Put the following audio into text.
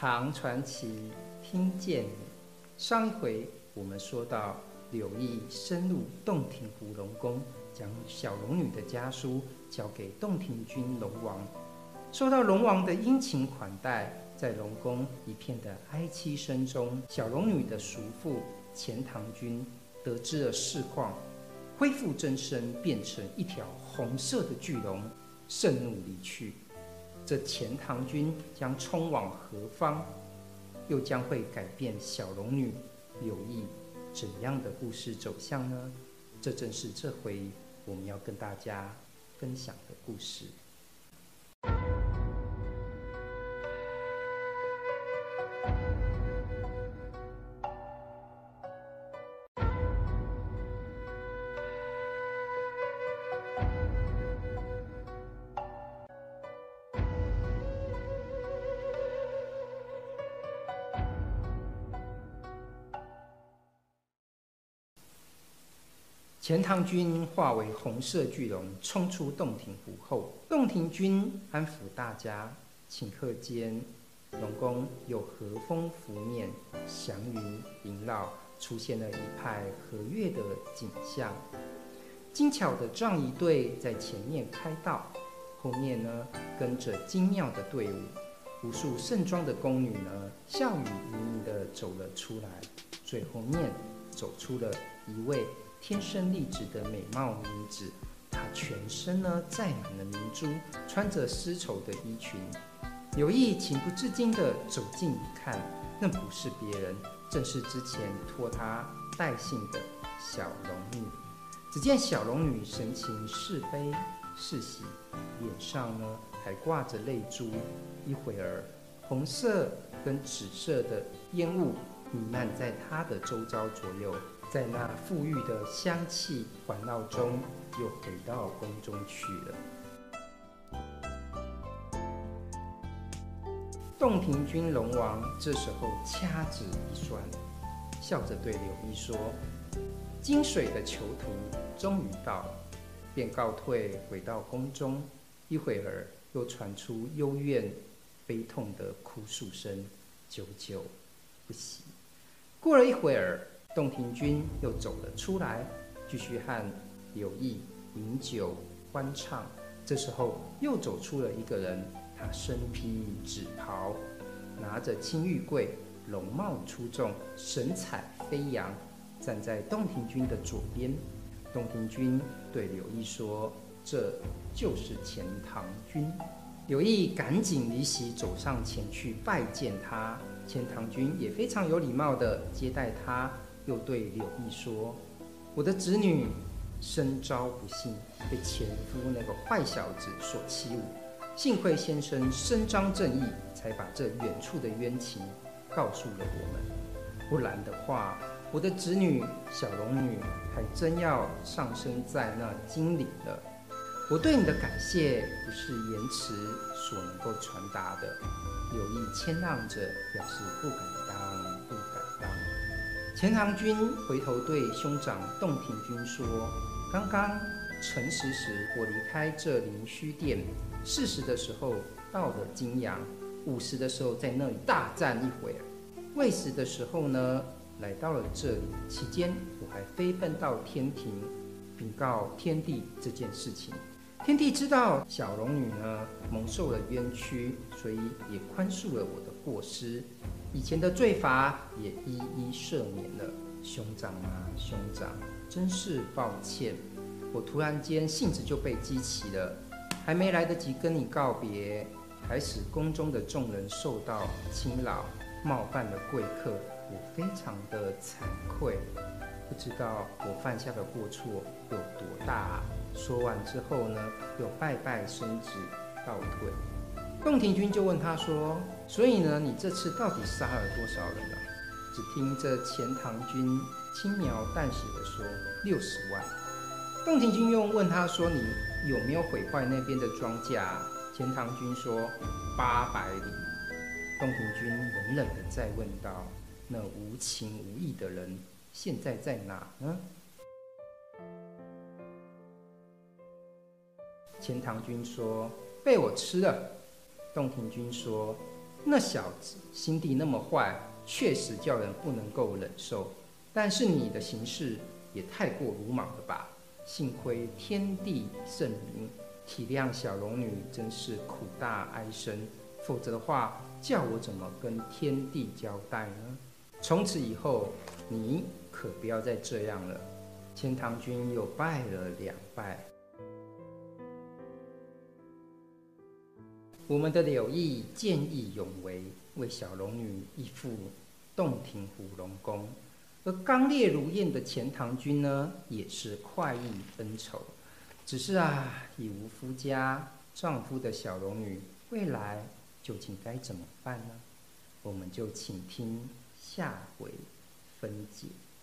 唐传奇听见你。上一回我们说到柳毅深入洞庭湖龙宫，将小龙女的家书交给洞庭君龙王。受到龙王的殷勤款待，在龙宫一片的哀戚声中，小龙女的叔父钱塘君得知了事况，恢复真身，变成一条红色的巨龙，盛怒离去。这钱塘君将冲往何方？又将会改变小龙女柳毅怎样的故事走向呢？这正是这回我们要跟大家分享的故事。钱塘君化为红色巨龙，冲出洞庭湖后，洞庭君安抚大家。顷刻间，龙宫有和风拂面，祥云萦绕，出现了一派和悦的景象。精巧的葬仪队在前面开道，后面呢跟着精妙的队伍，无数盛装的宫女呢笑语盈盈地走了出来。最后面走出了一位天生丽质的美貌女子，她全身呢载满了明珠，穿着丝绸的衣裙。柳毅情不自禁地走近一看，那不是别人，正是之前托她带信的小龙女。只见小龙女神情是悲是喜，脸上呢还挂着泪珠。一会儿，红色跟紫色的烟雾弥漫在她的周遭左右。在那馥郁的香气环绕中，又回到宫中去了。洞庭君龙王这时候掐指一算，笑着对柳毅说：“金水的囚徒终于到了。”便告退回到宫中。一会儿，又传出幽怨悲痛的哭诉声，久久不息。过了一会儿，洞庭君又走了出来，继续和柳毅饮酒欢唱。这时候又走出了一个人，他身披紫袍，拿着青玉桂，容貌出众，神采飞扬，站在洞庭君的左边。洞庭君对柳毅说：“这就是钱塘君。”柳毅赶紧离席，走上前去拜见他。钱塘君也非常有礼貌地接待他，又对柳毅说：“我的侄女身遭不幸，被前夫那个坏小子所欺侮，幸亏先生伸张正义，才把这远处的冤情告诉了我们，不然的话，我的侄女小龙女还真要上升在那金陵了。我对你的感谢不是言辞所能够传达的。”柳毅谦让着，表示不敢当，不敢当。钱塘君回头对兄长洞庭君说：“刚刚辰时时我离开这灵虚殿，4时的时候到了金阳，5时的时候在那里大战一会儿，未时的时候呢来到了这里，期间我还飞奔到天庭，禀告天帝这件事情。天帝知道小龙女呢蒙受了冤屈，所以也宽恕了我的过失，以前的罪罚也一一赦免了。兄长啊，兄长，真是抱歉，我突然间兴致就被激起了，还没来得及跟你告别，还使宫中的众人受到侵扰，冒犯了贵客，我非常的惭愧。不知道我犯下的过错有多大啊！”说完之后呢，又拜拜伸指告退。洞庭君就问他说：“所以呢，你这次到底杀了多少人啊？”只听这钱塘君轻描淡写的说：“60万。”洞庭君又问他说：“你有没有毁坏那边的庄稼啊？”钱塘君说：“800里。”洞庭君冷冷的再问道：“那无情无义的人现在在哪呢？”钱塘君说：“被我吃了。”洞庭君说：“ 那小子心地那么坏，确实叫人不能够忍受。但是你的行事也太过鲁莽了吧？幸亏天地圣明，体谅小龙女真是苦大哀深，否则的话，叫我怎么跟天地交代呢？从此以后，你可不要再这样了。钱塘君又拜了2拜。我们的柳毅见义勇为，为小龙女一赴洞庭湖龙宫。而刚烈如焰的钱塘君呢，也是快意恩仇。只是已无夫家丈夫的小龙女，未来究竟该怎么办呢？我们就请听下回分解。